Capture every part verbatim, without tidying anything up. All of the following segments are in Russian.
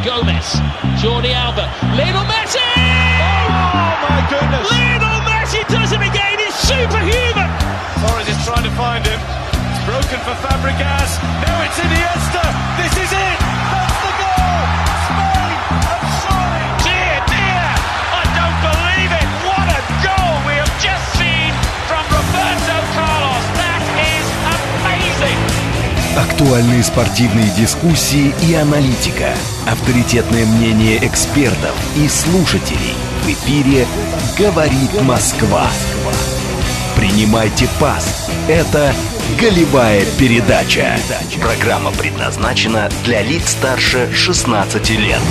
Gomez, Jordi Alba, Lionel Messi! Oh my goodness! Lionel Messi does it again, he's superhuman! Torres is trying to find him, it's broken for Fabregas, now it's Iniesta, this is it! That's the goal! Spain have soaring! Dear, dear, I don't believe it! What a goal we have just seen from Roberto Carlos! That is amazing! Актуальные спортивные дискуссии и аналитика. Авторитетное мнение экспертов и слушателей. В эфире «Говорит Москва». Принимайте пас. Это «Голевая передача». Программа предназначена для лиц старше шестнадцати лет.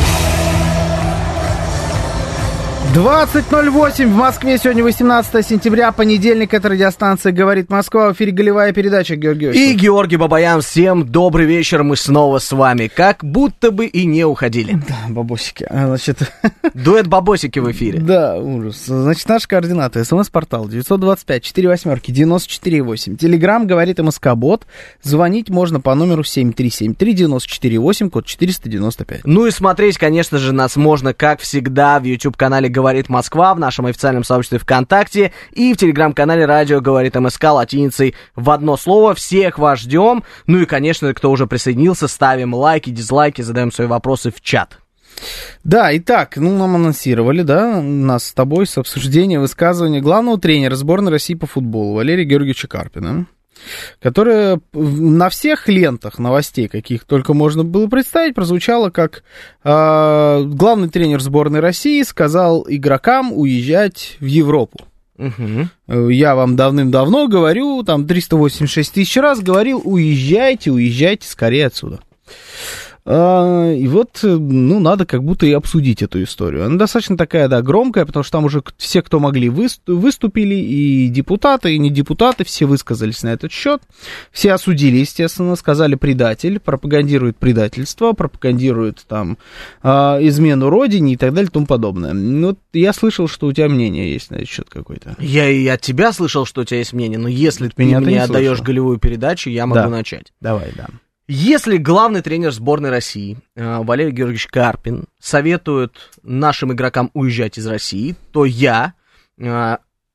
двадцать ноль восемь в Москве. Сегодня восемнадцатое сентября, понедельник. Это радиостанция «Говорит Москва». В эфире «Голевая передача». Георгий Осипов. И Георгий Бабаян. Всем добрый вечер. Мы снова с вами. Как будто бы и не уходили. Да, бабосики. А, значит... Дуэт бабосики в эфире. Да, ужас. Значит, наши координаты. СМС-портал девятьсот двадцать пять четыре восьмерки девяносто четыре восемь. Телеграм «Говорит МСК-бот». Звонить можно по номеру семь три семь три девяносто четыре восемь, код четыреста девяносто пять. Ну и смотреть, конечно же, нас можно, как всегда, в YouTube-канале «Говорит Москва», в нашем официальном сообществе ВКонтакте и в телеграм-канале «Радио Говорит МСК» латиницей в одно слово. Всех вас ждем. Ну и, конечно, кто уже присоединился, ставим лайки, дизлайки, задаем свои вопросы в чат. Да, итак, ну, нам анонсировали, да, нас с тобой с обсуждения высказывания главного тренера сборной России по футболу Валерия Георгиевича Карпина, которая на всех лентах новостей, каких только можно было представить, прозвучала как э, главный тренер сборной России сказал игрокам уезжать в Европу. Угу. Я вам давным-давно говорю, там триста восемьдесят шесть тысяч раз говорил, уезжайте, уезжайте скорее отсюда. И вот, ну, надо как будто и обсудить эту историю. Она достаточно такая, да, громкая, потому что там уже все, кто могли, выступили, и депутаты, и не депутаты, все высказались на этот счет. Все осудили, естественно, сказали предатель, пропагандирует предательство, пропагандирует там измену родине и так далее и тому подобное. Вот я слышал, что у тебя мнение есть на этот счет какой-то. Я и от тебя слышал, что у тебя есть мнение, но если ты Меня мне ты отдаешь голевую передачу, я могу да. начать. Давай, да. Если главный тренер сборной России Валерий Георгиевич Карпин советует нашим игрокам уезжать из России, то я э,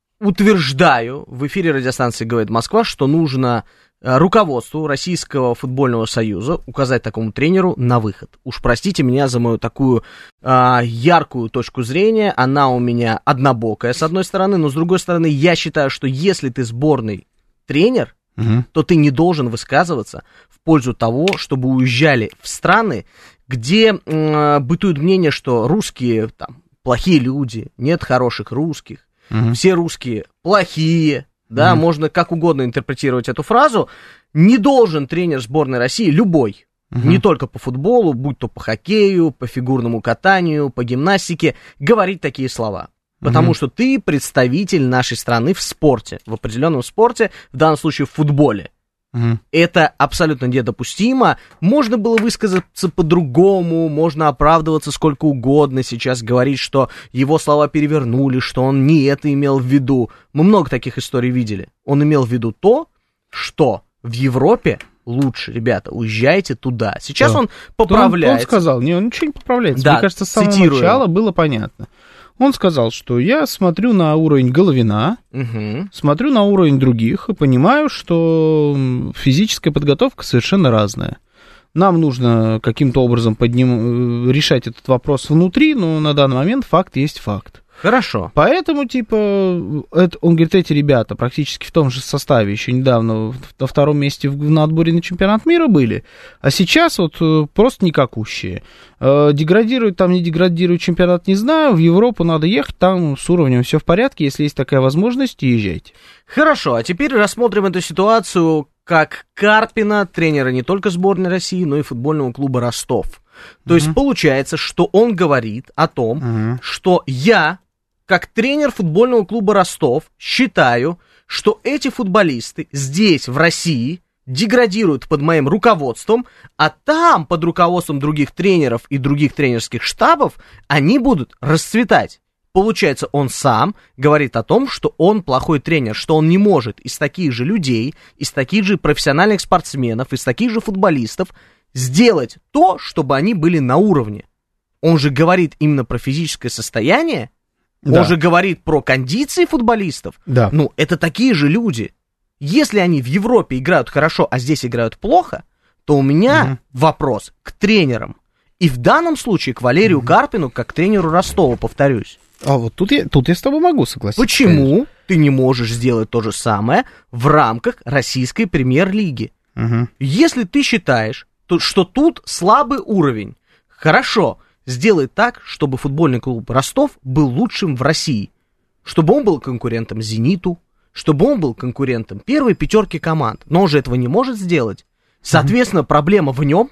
утверждаю в эфире радиостанции «Говорит Москва», что нужно руководству Российского футбольного союза указать такому тренеру на выход. Уж простите меня за мою такую э, яркую точку зрения, она у меня однобокая с одной стороны, но с другой стороны я считаю, что если ты сборный тренер, угу. то ты не должен высказываться в пользу того, чтобы уезжали в страны, где э, бытует мнение, что русские там плохие люди, нет хороших русских, угу. все русские плохие, да, угу. можно как угодно интерпретировать эту фразу. Не должен тренер сборной России, любой, угу. не только по футболу, будь то по хоккею, по фигурному катанию, по гимнастике, говорить такие слова. Потому mm-hmm. что ты представитель нашей страны в спорте, в определенном спорте, в данном случае в футболе. Mm-hmm. Это абсолютно недопустимо. Можно было высказаться по-другому, можно оправдываться сколько угодно, сейчас говорить, что его слова перевернули, что он не это имел в виду. Мы много таких историй видели. Он имел в виду то, что в Европе лучше, ребята, уезжайте туда. Сейчас да. он поправляется. Он, он сказал, не, он ничего не поправляется. Да, мне кажется, с самого цитирую. начала было понятно. Он сказал, что я смотрю на уровень Головина, угу. смотрю на уровень других и понимаю, что физическая подготовка совершенно разная. Нам нужно каким-то образом подним... решать этот вопрос внутри, но на данный момент факт есть факт. Хорошо. Поэтому, типа, это, он говорит, эти ребята практически в том же составе еще недавно на втором месте в, на отборе на чемпионат мира были, а сейчас вот просто никакущие. Э, деградирует там, не деградирует чемпионат, не знаю, в Европу надо ехать, там с уровнем все в порядке, если есть такая возможность, езжайте. Хорошо, а теперь рассмотрим эту ситуацию как Карпина, тренера не только сборной России, но и футбольного клуба «Ростов». То uh-huh. есть получается, что он говорит о том, uh-huh. что я, как тренер футбольного клуба «Ростов», считаю, что эти футболисты здесь, в России, деградируют под моим руководством, а там, под руководством других тренеров и других тренерских штабов, они будут расцветать. Получается, он сам говорит о том, что он плохой тренер, что он не может из таких же людей, из таких же профессиональных спортсменов, из таких же футболистов сделать то, чтобы они были на уровне. Он же говорит именно про физическое состояние, Да. он же говорит про кондиции футболистов. Да. Ну, это такие же люди. Если они в Европе играют хорошо, а здесь играют плохо, то у меня Мгм. вопрос к тренерам. И в данном случае к Валерию Карпину, как к тренеру Ростова, повторюсь. А вот тут я, тут я с тобой могу согласиться. Почему ты не можешь сделать то же самое в рамках российской премьер-лиги? Мгм. Если ты считаешь, то, что тут слабый уровень, хорошо, сделай так, чтобы футбольный клуб Ростов был лучшим в России. Чтобы он был конкурентом «Зениту», чтобы он был конкурентом первой пятерки команд. Но он же этого не может сделать. Соответственно, проблема в нем.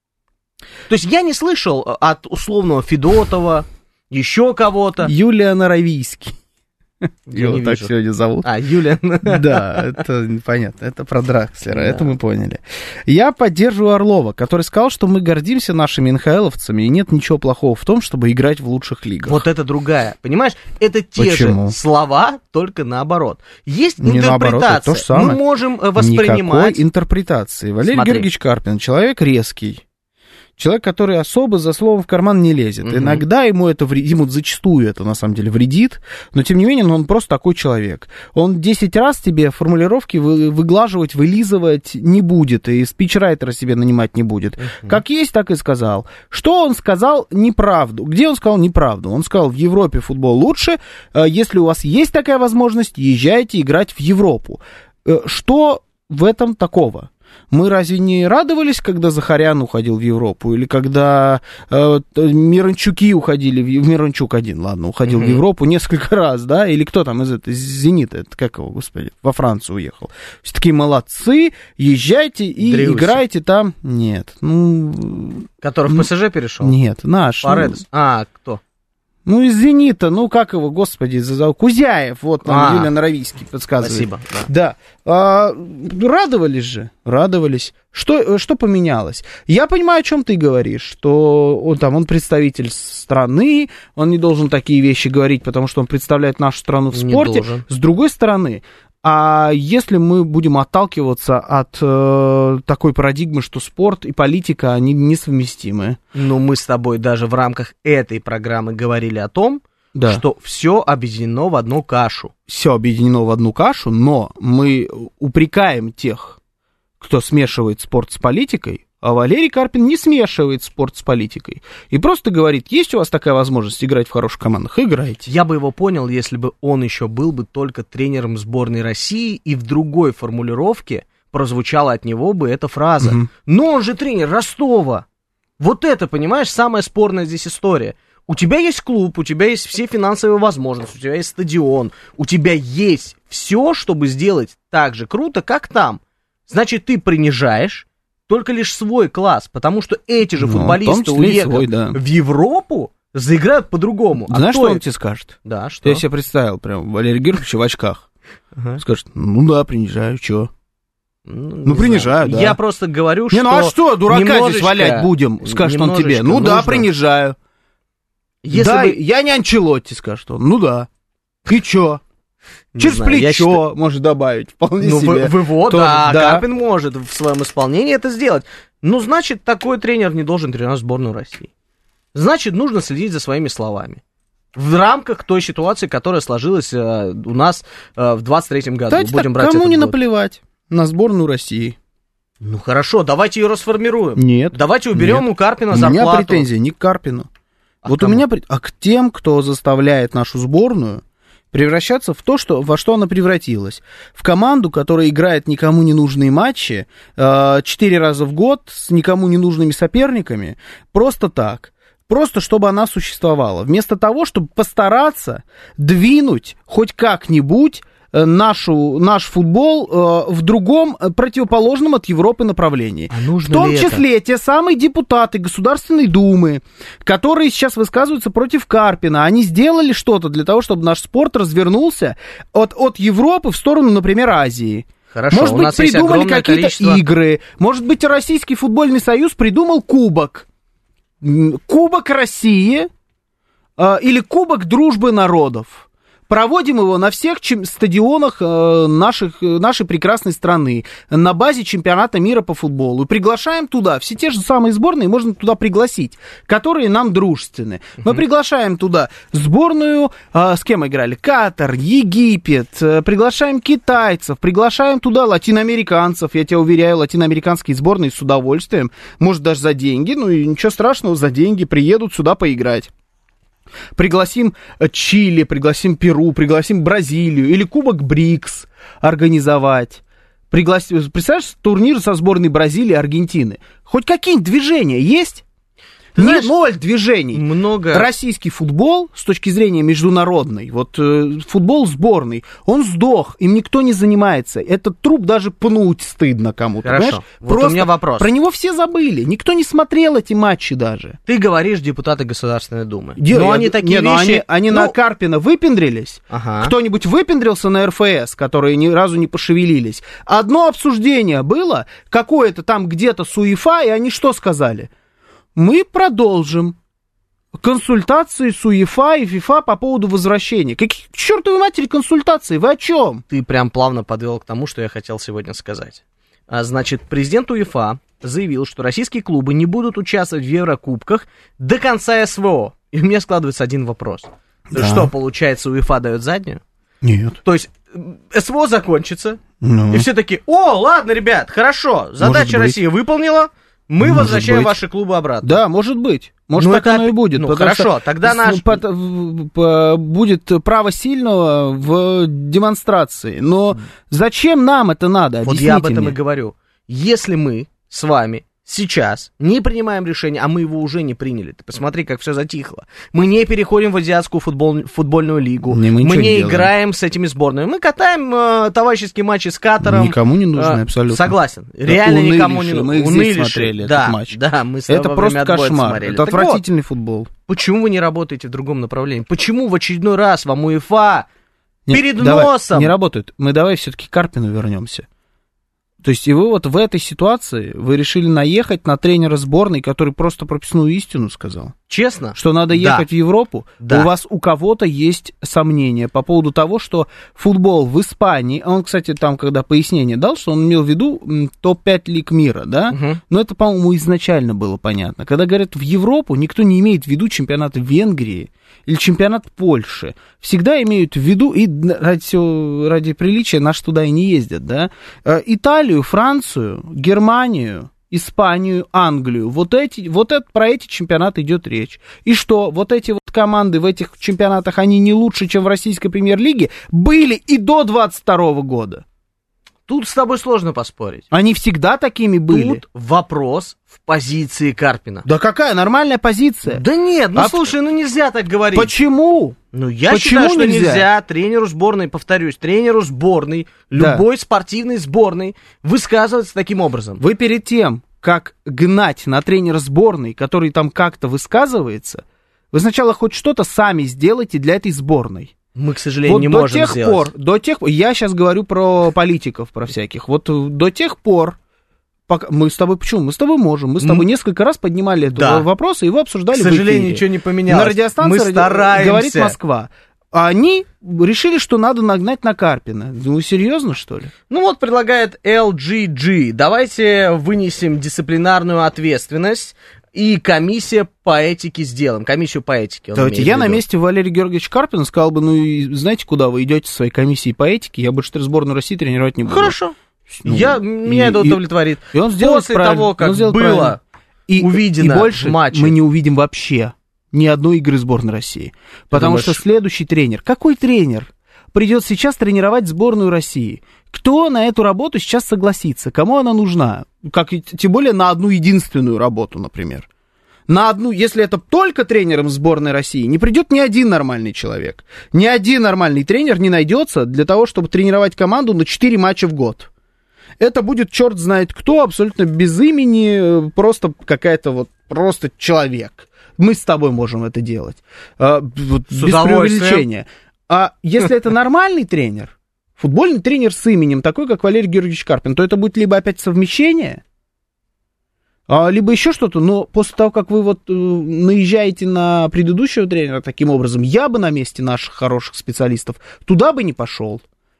То есть я не слышал от условного Федотова, еще кого-то. Юлия Наравийский. Я Его не так вижу. сегодня зовут. А, Юлия. Да, это понятно, это про Дракслера, Да. это мы поняли. Я поддерживаю Орлова, который сказал, что мы гордимся нашими эн ха эловцами, и нет ничего плохого в том, чтобы играть в лучших лигах. Вот это другая. Понимаешь, это те Почему? же слова, только наоборот. Есть Не наоборот, интерпретация. это то же самое. Мы можем э, воспринимать. Никакой интерпретации. Валерий Смотри. Георгиевич Карпин, человек резкий. Человек, который особо за словом в карман не лезет. Мгм. Иногда ему это вредит, ему зачастую это на самом деле вредит, но тем не менее он просто такой человек. Он десять раз тебе формулировки вы- выглаживать, вылизывать не будет, и спичрайтера себе нанимать не будет. Как есть, так и сказал. Что он сказал неправду? Где он сказал неправду? Он сказал, в Европе футбол лучше, э, если у вас есть такая возможность, езжайте играть в Европу. Э, Что в этом такого? Мы разве не радовались, когда Захарян уходил в Европу? Или когда э, Миранчуки уходили, в Миранчук один, ладно, уходил Мгм. в Европу несколько раз, да? Или кто там из этой, из Зенита, это как его, господи, во Францию уехал. Все такие молодцы, езжайте и Дрюси. играйте там. Нет, ну, Который в ПСЖ перешел? нет, наш. ну, Паредес. А, кто? Ну, из «Зенита», ну, как его, господи, за- Кузяев, вот там А. Юлия Наравийский подсказывает. Спасибо. Да. Да. А, радовались же, радовались. Что, что поменялось? Я понимаю, о чем ты говоришь, что он, там, он представитель страны, он не должен такие вещи говорить, потому что он представляет нашу страну в Не спорте. должен. С другой стороны, а если мы будем отталкиваться от э, такой парадигмы, что спорт и политика, они несовместимы. Ну, мы с тобой даже в рамках этой программы говорили о том, Да. что все объединено в одну кашу. Все объединено в одну кашу, но мы упрекаем тех, кто смешивает спорт с политикой, а Валерий Карпин не смешивает спорт с политикой. И просто говорит, есть у вас такая возможность играть в хороших командах, играйте. Я бы его понял, если бы он еще был бы только тренером сборной России, и в другой формулировке прозвучала от него бы эта фраза. Мгм. Но он же тренер Ростова. Вот это, понимаешь, самая спорная здесь история. У тебя есть клуб, у тебя есть все финансовые возможности, у тебя есть стадион, у тебя есть все, чтобы сделать так же круто, как там. Значит, ты принижаешь только лишь свой класс, потому что эти же Ну, в том футболисты, числе и уехав свой, да. в Европу, заиграют по-другому. А Знаешь, кто что он это? тебе скажет? Да, что? Я себе представил прям Валерий Георгиевич в очках. Ага. Скажет, ну да, принижаю, чё? Ну, Ну, не принижаю, знаю. да. Я просто говорю, что... Не, ну а что, дурака здесь немножечко- валять будем? Скажет он тебе. немножечко Ну да, нужно- принижаю. Если да, бы- я не Анчелотти, скажет он. Ну да. И чё? Не Через знаю, я плечо считаю- может добавить, вполне Ну, себе. вы, вы вот, Тоже, да, да. Карпин может в своем исполнении это сделать. Ну, значит, такой тренер не должен тренировать сборную России. Значит, нужно следить за своими словами. В рамках той ситуации, которая сложилась э, у нас э, в двадцать третьем году. Кстати, Будем так брать кому этот не год. наплевать на сборную России? Ну, хорошо, давайте ее расформируем. Нет. Давайте уберем Нет. у Карпина У зарплату. меня претензии не к Карпину. А вот к у кому? меня, пре- а к тем, кто заставляет нашу сборную превращаться в то, что, во что она превратилась. В команду, которая играет никому не нужные матчи э, четыре раза в год с никому не нужными соперниками, просто так. Просто чтобы она существовала. Вместо того, чтобы постараться двинуть хоть как-нибудь э, нашу, наш футбол э, в другом, э, противоположном от Европы направлении. А нужно В том ли это? числе те самые депутаты Государственной Думы, которые сейчас высказываются против Карпина, они сделали что-то для того, чтобы наш спорт развернулся от, от Европы в сторону, например, Азии. Хорошо, Может у быть, нас есть придумали огромное какие-то количество... игры. Может быть, Российский футбольный союз придумал кубок. М, Кубок России э, или Кубок Дружбы народов. Проводим его на всех чем- стадионах э, наших, нашей прекрасной страны, на базе чемпионата мира по футболу. И приглашаем туда, все те же самые сборные можно туда пригласить, которые нам дружественны. Uh-huh. Мы приглашаем туда сборную, э, с кем играли? Катар, Египет, э, приглашаем китайцев, приглашаем туда латиноамериканцев. Я тебя уверяю, латиноамериканские сборные с удовольствием, может даже за деньги, ну и ничего страшного, за деньги приедут сюда поиграть. Пригласим Чили, пригласим Перу, пригласим Бразилию или Кубок БРИКС организовать. Пригласим, представляешь, турнир со сборной Бразилии и Аргентины. Хоть какие-нибудь движения есть? Ты Не, знаешь, ноль движений. Много... Российский футбол, с точки зрения международной, вот э, футбол сборный, он сдох, им никто не занимается. Этот труп даже пнуть стыдно кому-то. Хорошо, вот Просто у меня вопрос. Про него все забыли, никто не смотрел эти матчи даже. Ты говоришь депутаты Государственной Думы. Де, но я, они такие не, но вещи... Они, они ну... на Карпина выпендрились. Ага. Кто-нибудь выпендрился на эр эф эс, которые ни разу не пошевелились. Одно обсуждение было, какое-то там где-то с УЕФА, и они что сказали? Мы продолжим консультации с УЕФА и ФИФА по поводу возвращения. Какие к чертовой матери консультации? Вы о чем? Ты прям плавно подвел к тому, что я хотел сегодня сказать. А, значит, президент УЕФА заявил, что российские клубы не будут участвовать в Еврокубках до конца эс вэ о. И у меня складывается один вопрос. Да. Что, получается, УЕФА дает заднюю? Нет. То есть эс вэ о закончится, Ну. и все такие: о, ладно, ребят, хорошо, задача России выполнила, мы Может возвращаем быть. ваши клубы обратно. Да, может быть. Может, Ну, так это оно и опи- будет. ну, потому хорошо, что тогда с- наш- по- в- по- будет право сильного в демонстрации. Но зачем нам это надо? Вот Объясните я об этом мне. и говорю. Если мы с вами сейчас не принимаем решение, а мы его уже не приняли, ты посмотри, как все затихло. Мы не переходим в азиатскую футбол, футбольную лигу. Не, мы мы ничего не не делаем. играем с этими сборными. Мы катаем э, товарищеские матчи с Катаром. Никому не нужны, Э, абсолютно. Согласен. Да, Реально унылишь, никому не мы нужны. их здесь Унылишь. смотрели, да, этот матч. Да, мы с Это тобой во просто время отбоя кошмар. смотрели. Это Так вот, отвратительный футбол. почему вы не работаете в другом направлении? Почему в очередной раз вам УЕФА Не, перед давай, носом? Не работает. Мы давай все-таки к Карпину вернемся. То есть и вы вот в этой ситуации, вы решили наехать на тренера сборной, который просто прописную истину сказал. Честно? Что надо ехать Да. в Европу. Да. У вас у кого-то есть сомнения по поводу того, что футбол в Испании, а он, кстати, там, когда пояснение дал, что он имел в виду м, топ пять лиг мира, да? Мгм. Но это, по-моему, изначально было понятно. Когда говорят в Европу, никто не имеет в виду чемпионат Венгрии или чемпионат Польши. Всегда имеют в виду, и ради, всего- ради приличия наши туда и не ездят, да? Э, Италию, Францию, Германию, Испанию, Англию. Вот, эти, вот это, про эти чемпионаты идет речь. И что, вот эти вот команды в этих чемпионатах, они не лучше, чем в российской премьер-лиге, были и до двадцать второго года. Тут с тобой сложно поспорить. Они всегда такими были. Тут вопрос в позиции Карпина. Да какая нормальная позиция? Да нет, ну А слушай, ну нельзя так говорить. Почему? Ну я Почему считаю, что нельзя? нельзя? тренеру сборной, повторюсь, тренеру сборной, Да. любой спортивной сборной высказываться таким образом. Вы перед тем, как гнать на тренера сборной, который там как-то высказывается, вы сначала хоть что-то сами сделайте для этой сборной. Мы, к сожалению, Вот не до можем тех сделать. пор, до тех пор, я сейчас говорю про политиков, про всяких, вот э, до тех пор, пока, мы с тобой, почему? Мы с тобой можем, мы с тобой М. несолько раз поднимали этот Да. вопрос, и его обсуждали К в сожалению, эфире. ничего не поменялось. На радиостанции Мы ради- стараемся. говорит Москва. А они решили, что надо нагнать на Карпина. Ну, серьезно, что ли? Ну вот предлагает эл джи джи. Давайте вынесем дисциплинарную ответственность и комиссия по этике сделаем. Комиссию по этике. он Давайте, имеет я в на виду. месте Валерия Георгиевича Карпина сказал бы, ну, и знаете, куда вы идете со своей комиссией по этике? Я больше сборную России тренировать не буду. Хорошо. Ну, я, и- меня это и- удовлетворит. И он сделает После правильно, того, как он сделает было правильно. и, увидено и больше в матче. мы не увидим вообще ни одной игры сборной России. Потому думаешь? что следующий тренер, какой тренер придет сейчас тренировать сборную России? Кто на эту работу сейчас согласится? Кому она нужна? Как, и- тем более на одну единственную работу, например. На одну, если это только тренером сборной России, не придет ни один нормальный человек. Ни один нормальный тренер не найдется для того, чтобы тренировать команду на четыре матча в год. Это будет черт знает кто, абсолютно без имени, просто какая-то вот, просто человек. Мы с тобой можем это делать. А, вот, С без удовольствием. преувеличения. А если это нормальный тренер, футбольный тренер с именем, такой, как Валерий Георгиевич Карпин, то это будет либо опять совмещение, а, либо еще что-то, но после того, как вы вот э, наезжаете на предыдущего тренера таким образом, я бы на месте наших хороших специалистов туда бы не пошел.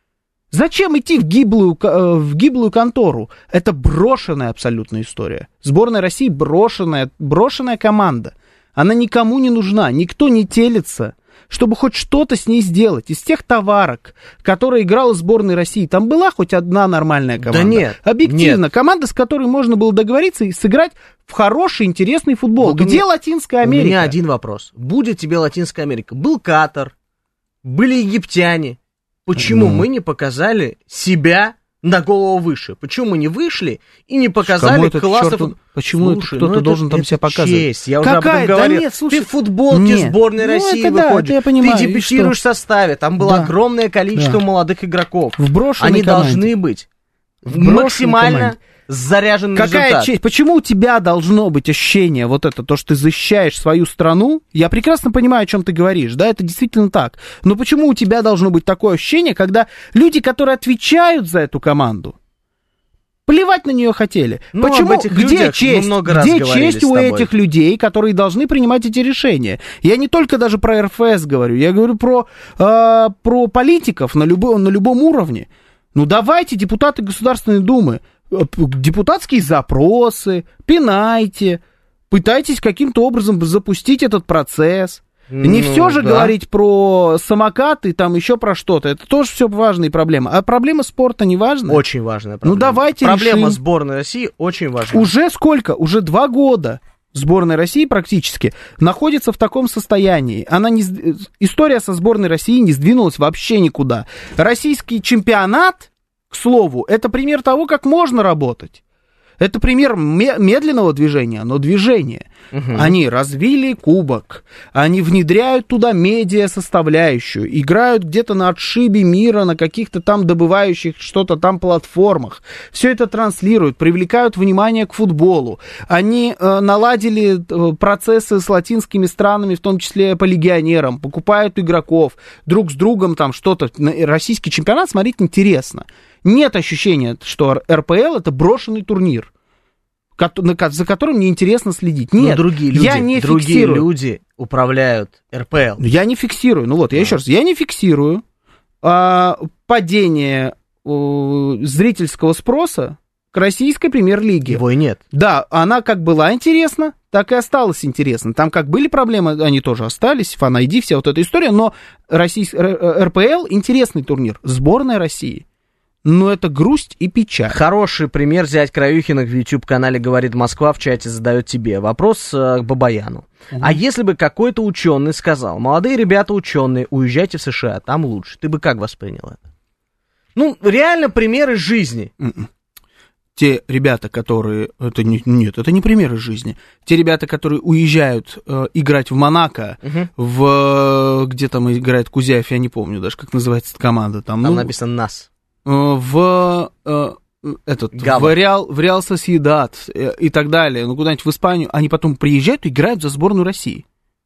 Зачем идти в гиблую, в гиблую контору? Это брошенная абсолютно история. Сборная России брошенная, брошенная команда. Она никому не нужна, никто не телится, чтобы хоть что-то с ней сделать. Из тех товарок, которые играла сборная России, там была хоть одна нормальная команда? Да нет. Объективно, нет. команда, с которой можно было договориться и сыграть в хороший, интересный футбол. Вот где меня, Латинская Америка? У меня один вопрос. Будет тебе Латинская Америка? Был Катар, были египтяне. Почему ну. мы не показали себя на голову выше? Почему мы не вышли и не показали классный футбол? Почему слушай, кто-то ну должен это, там себя показывать? Честь. Я Какая? уже об этом говорил. Да нет, слушай, ты в футболке нет. сборной ну, России да, выходишь. Я понимаю, ты дебютируешь в составе. Там было да. огромное количество да. молодых игроков. В брошенной Они команде. должны быть в максимально команде. заряженный Какая результат. Честь? Почему у тебя должно быть ощущение вот это, то, что ты защищаешь свою страну? Я прекрасно понимаю, о чем ты говоришь, да, это действительно так. Но почему у тебя должно быть такое ощущение, когда люди, которые отвечают за эту команду, плевать на нее хотели? Ну, почему? Где честь? Где честь у этих людей, которые должны принимать эти решения? Я не только даже про эр эф эс говорю, я говорю про, э, про политиков на, любо, на любом уровне. Ну давайте, депутаты Государственной Думы, депутатские запросы, пинайте, пытайтесь каким-то образом запустить этот процесс. Не ну, все же да. говорить про самокаты, там еще про что-то. Это тоже все важные проблемы. А проблема спорта не важна? Очень важная проблема. Ну давайте Проблема решим. сборной России очень важна. Уже сколько? Уже два года сборная России практически находится в таком состоянии. Она не... История со сборной России не сдвинулась вообще никуда. Российский чемпионат, к слову, это пример того, как можно работать. Это пример медленного движения, но движение. Угу. Они развили кубок, они внедряют туда медиа-составляющую, играют где-то на отшибе мира, на каких-то там добывающих что-то там платформах. Все это транслируют, привлекают внимание к футболу. Они э, наладили процессы с латинскими странами, в том числе по легионерам, покупают игроков, друг с другом там что-то. Российский чемпионат смотреть интересно. Нет ощущения, что эр пэ эл это брошенный турнир, за которым неинтересно следить. Нет, но другие люди, я не другие фиксирую. люди управляют эр пэ эл. Я не фиксирую. Ну вот, я а. еще раз, я не фиксирую а, падение а, зрительского спроса к российской премьер-лиге. Его и нет. Да, она как была интересна, так и осталась интересна. Там как были проблемы, они тоже остались, Фан ай ди, вся вот эта история, но российский, эр пэ эл интересный турнир, сборная России. Но это грусть и печаль. Хороший пример взять Краюхина в YouTube-канале «Говорит Москва» в чате задает тебе. Вопрос э, к Бабаяну. Uh-huh. А если бы какой-то ученый сказал, молодые ребята ученые, уезжайте в США, там лучше, ты бы как воспринял это? Ну, реально примеры жизни. Uh-uh. Те ребята, которые... Это не... Нет, это не примеры жизни. Те ребята, которые уезжают э, играть в Монако, uh-huh. в... Где там играет Кузяев, я не помню даже, как называется эта команда. Там, там ну... написано «Нас». В, э, этот, в, Реал, в Реал Сосьедад и так далее, ну куда-нибудь в Испанию, они потом приезжают и играют за сборную России.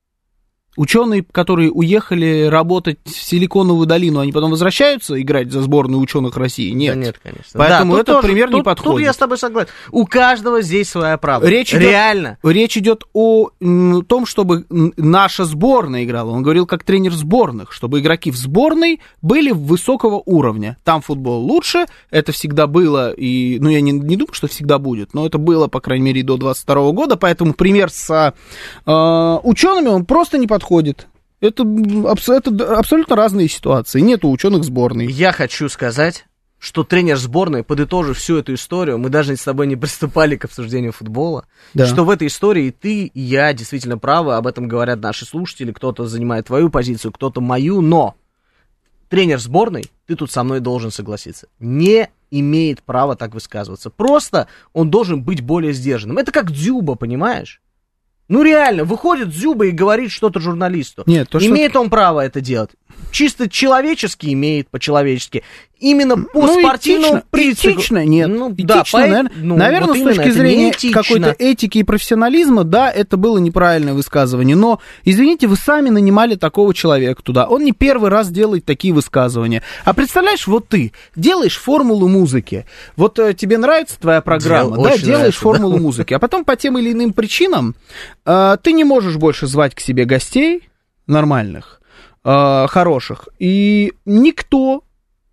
Ученые, которые уехали работать в Силиконовую долину, они потом возвращаются играть за сборную ученых России? Нет. Да нет, конечно. Поэтому да, этот тоже, пример тут, не подходит. Тут я с тобой согласен. У каждого здесь своя правда. Речь идет, Реально. Речь идет о м, том, чтобы наша сборная играла. Он говорил как тренер сборных, чтобы игроки в сборной были высокого уровня. Там футбол лучше, это всегда было, и, ну я не, не думаю, что всегда будет, но это было, по крайней мере, до двадцать второго года, поэтому пример с э, учеными, он просто не подходит. Это, это абсолютно разные ситуации. Нет у ученых сборной. Я хочу сказать, что тренер сборной, подытожив всю эту историю, мы даже с тобой не приступали к обсуждению футбола, да. что в этой истории и ты, и я действительно правы, об этом говорят наши слушатели, кто-то занимает твою позицию, кто-то мою, но тренер сборной, ты тут со мной должен согласиться, не имеет права так высказываться. Просто он должен быть более сдержанным. Это как Дзюба, понимаешь? Ну реально, выходит Дзюба и говорит что-то журналисту. Нет, то, имеет что... он право это делать. Чисто человечески имеет, по-человечески. именно по ну, спортивному этично, принципу. Этично нет. Ну, этично, да, наверное, по... ну, наверное вот с именно, точки зрения какой-то этики и профессионализма, да, это было неправильное высказывание. Но, извините, вы сами нанимали такого человека туда. Он не первый раз делает такие высказывания. А представляешь, вот ты делаешь формулу музыки. Вот э, тебе нравится твоя программа, Дел, да, делаешь нравится, формулу да. музыки. А потом по тем или иным причинам э, ты не можешь больше звать к себе гостей нормальных, э, хороших. И никто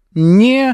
не,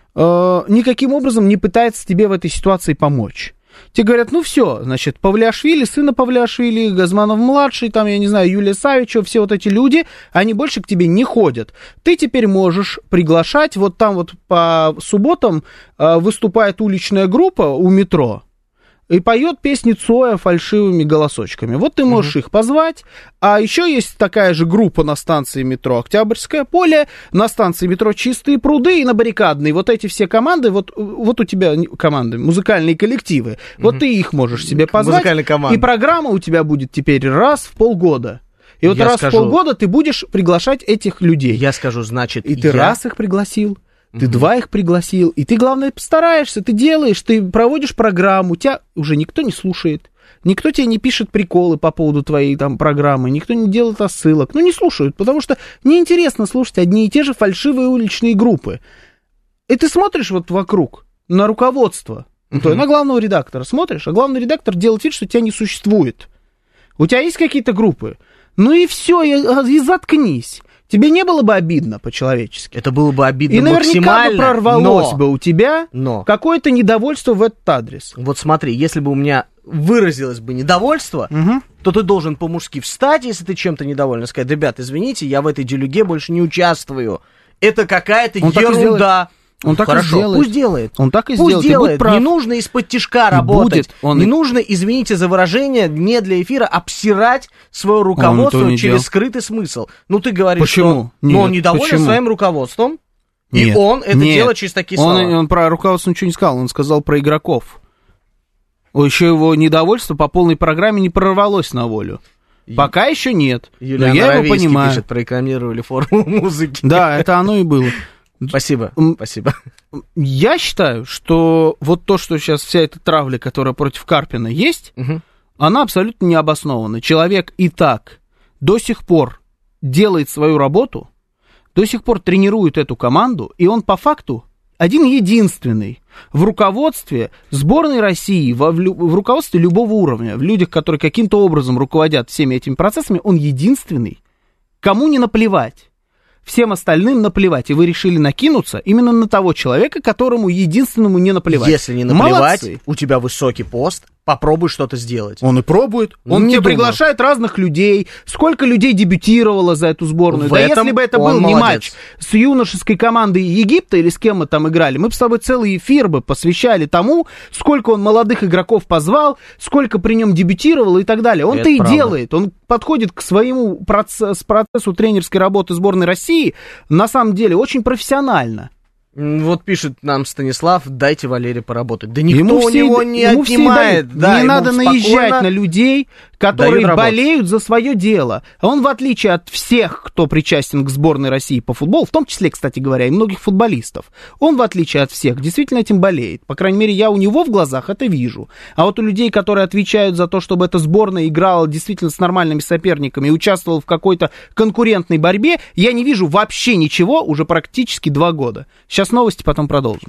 э, никаким образом не пытается тебе в этой ситуации помочь. Тебе говорят, ну все, значит, Павлиашвили, сына Павлиашвили, Газманов-младший, там, я не знаю, Юлия Савичева, все вот эти люди, они больше к тебе не ходят. Ты теперь можешь приглашать, вот там вот по субботам э, выступает уличная группа у метро, и поет песни Цоя фальшивыми голосочками. Вот ты можешь uh-huh. их позвать. А еще есть такая же группа на станции метро Октябрьское поле, на станции метро Чистые пруды и на Баррикадной. Вот эти все команды, вот, вот у тебя команды, музыкальные коллективы, uh-huh. вот ты их можешь себе позвать. И программа у тебя будет теперь раз в полгода. И вот я раз скажу, в полгода ты будешь приглашать этих людей. Я скажу, значит, и ты я... раз их пригласил. Ты mm-hmm. два их пригласил, и ты, главное, постараешься, ты делаешь, ты проводишь программу, тебя уже никто не слушает, никто тебе не пишет приколы по поводу твоей там программы, никто не делает отсылок, ну не слушают, потому что неинтересно слушать одни и те же фальшивые уличные группы. И ты смотришь вот вокруг на руководство, mm-hmm. то есть на главного редактора смотришь, а главный редактор делает вид, что тебя не существует. У тебя есть какие-то группы? Ну и все, и, и заткнись. Тебе не было бы обидно по-человечески? Это было бы обидно и максимально. И наверняка бы прорвалось но, бы у тебя но. какое-то недовольство в этот адрес. Вот смотри, если бы у меня выразилось бы недовольство, угу. то ты должен по-мужски встать, если ты чем-то недоволен, и сказать, ребят, извините, я в этой делюге больше не участвую. Это какая-то Он ерунда. Он так Хорошо, и сделает. Пусть делает. Он так и пусть сделает. делает. Не нужно из-под тишка работать. Он... Не нужно, извините за выражение, не для эфира, обсирать свое руководство через делал. скрытый смысл. Ну, ты говоришь, Почему? что Нет, он недоволен почему? своим руководством, Нет, и он это нет. делает через такие он, слова. Он про руководство ничего не сказал, он сказал про игроков. Еще его недовольство по полной программе не прорвалось на волю. Пока еще нет. Юлия но я его понимаю. Пишет, прорекламировали формулу музыки. Да, это оно и было. Спасибо, спасибо. Я считаю, что вот то, что сейчас вся эта травля, которая против Карпина есть, угу. она абсолютно необоснована. Человек и так до сих пор делает свою работу, до сих пор тренирует эту команду, и он по факту один-единственный в руководстве сборной России, в, в руководстве любого уровня, в людях, которые каким-то образом руководят всеми этими процессами, он единственный, кому не наплевать. Всем остальным наплевать, и вы решили накинуться именно на того человека, которому единственному не наплевать. Если не наплевать, молодцы. У тебя высокий пост, попробуй что-то сделать. Он и пробует. Он не тебе думаю. приглашает разных людей. Сколько людей дебютировало за эту сборную? В да этом если бы это был он не молодец. матч с юношеской командой Египта или с кем мы там играли, мы бы с тобой целый эфир бы посвящали тому, сколько он молодых игроков позвал, сколько при нем дебютировало и так далее. Он-то это и правда. делает. Он подходит к своему процесс, процессу тренерской работы сборной России на самом деле очень профессионально. Вот пишет нам Станислав, дайте Валере поработать. Да никто ему у все, него не ему отнимает. Да, не надо наезжать на людей, которые болеют за свое дело. А он, в отличие от всех, кто причастен к сборной России по футболу, в том числе, кстати говоря, и многих футболистов, он, в отличие от всех, действительно этим болеет. По крайней мере, я у него в глазах это вижу. А вот у людей, которые отвечают за то, чтобы эта сборная играла действительно с нормальными соперниками и участвовала в какой-то конкурентной борьбе, я не вижу вообще ничего уже практически два года. Сейчас новости, потом продолжим.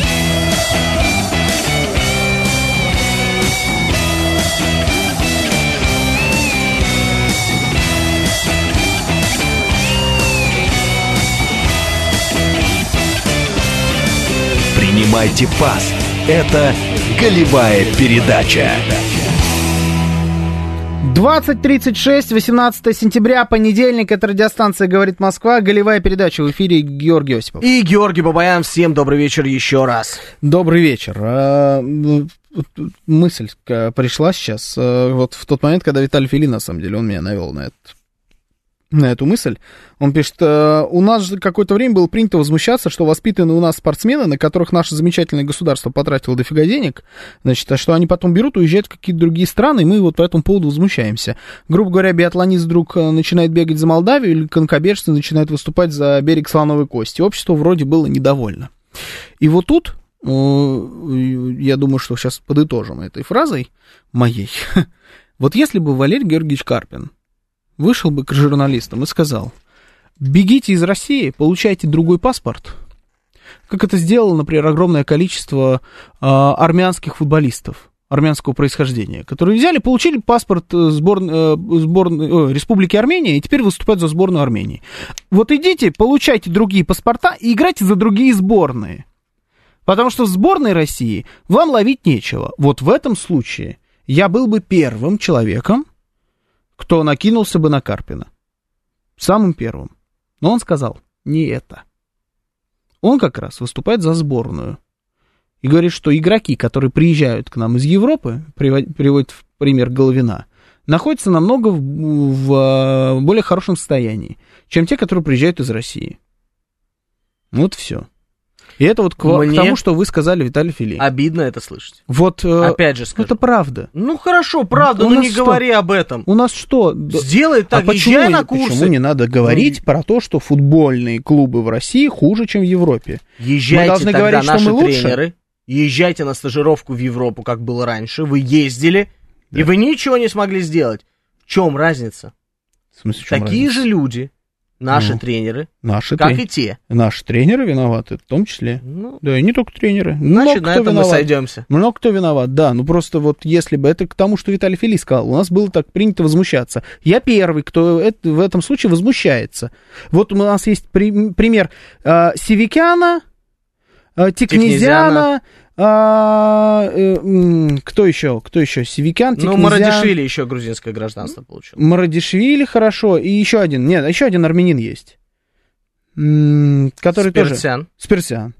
Принимайте пас. Это голевая передача. двадцать тридцать шесть, восемнадцатое сентября, понедельник, это радиостанция «Говорит Москва», голевая передача, в эфире Георгий Осипов. И Георгий Бабаян, всем добрый вечер еще раз. Добрый вечер. Мысль пришла сейчас, вот в тот момент, когда Виталий Филин, на самом деле, он меня навел на этот, на эту мысль. Он пишет, у нас же какое-то время было принято возмущаться, что воспитанные у нас спортсмены, на которых наше замечательное государство потратило дофига денег, значит, а что они потом берут, уезжают в какие-то другие страны, и мы вот по этому поводу возмущаемся. Грубо говоря, биатлонист вдруг начинает бегать за Молдавию, или конькобежцы начинают выступать за берег Слоновой Кости. Общество вроде было недовольно. И вот тут, я думаю, что сейчас подытожим этой фразой моей. Вот если бы Валерий Георгиевич Карпин вышел бы к журналистам и сказал: бегите из России, получайте другой паспорт, как это сделало, например, огромное количество э, армянских футболистов армянского происхождения, которые взяли, получили паспорт сборной, сборной, э, Республики Армения и теперь выступают за сборную Армении. Вот идите, получайте другие паспорта и играйте за другие сборные. Потому что в сборной России вам ловить нечего. Вот в этом случае я был бы первым человеком, кто накинулся бы на Карпина. Самым первым. Но он сказал, не это. Он как раз выступает за сборную. И говорит, что игроки, которые приезжают к нам из Европы, приводит в пример Головина, находятся намного в, в более хорошем состоянии, чем те, которые приезжают из России. Вот все. И это вот к, к тому, что вы сказали, Виталий Филипп. Обидно это слышать. Вот, опять же скажу. Это правда. Ну хорошо, правда, у но не что? говори об этом. У нас что? Сделай так, а езжай почему, на курсы. Почему не надо говорить ну, про то, что футбольные клубы в России хуже, чем в Европе? Езжайте мы должны тогда, говорить, наши что мы тренеры, лучше? Езжайте на стажировку в Европу, как было раньше. Вы ездили, да. И вы ничего не смогли сделать. В чем разница? В смысле, в чем Такие разница? же люди. Наши ну, тренеры, наши как трен... и те. Наши тренеры виноваты, в том числе. Ну, да, и не только тренеры. Значит, на этом виноват. мы сойдемся. Много кто виноват, да. Ну, просто вот если бы... Это к тому, что Виталий Филипп сказал. У нас было так принято возмущаться. Я первый, кто это, в этом случае возмущается. Вот у нас есть при, пример э, Севикяна, э, Тикнезяна... А, э, кто еще? Кто еще? Севикян, Тикнезян. Ну, Марадишвили еще грузинское гражданство получил. Марадишвили, хорошо. И еще один. Нет, еще один армянин есть. Который Спирсян. тоже... Спирсян.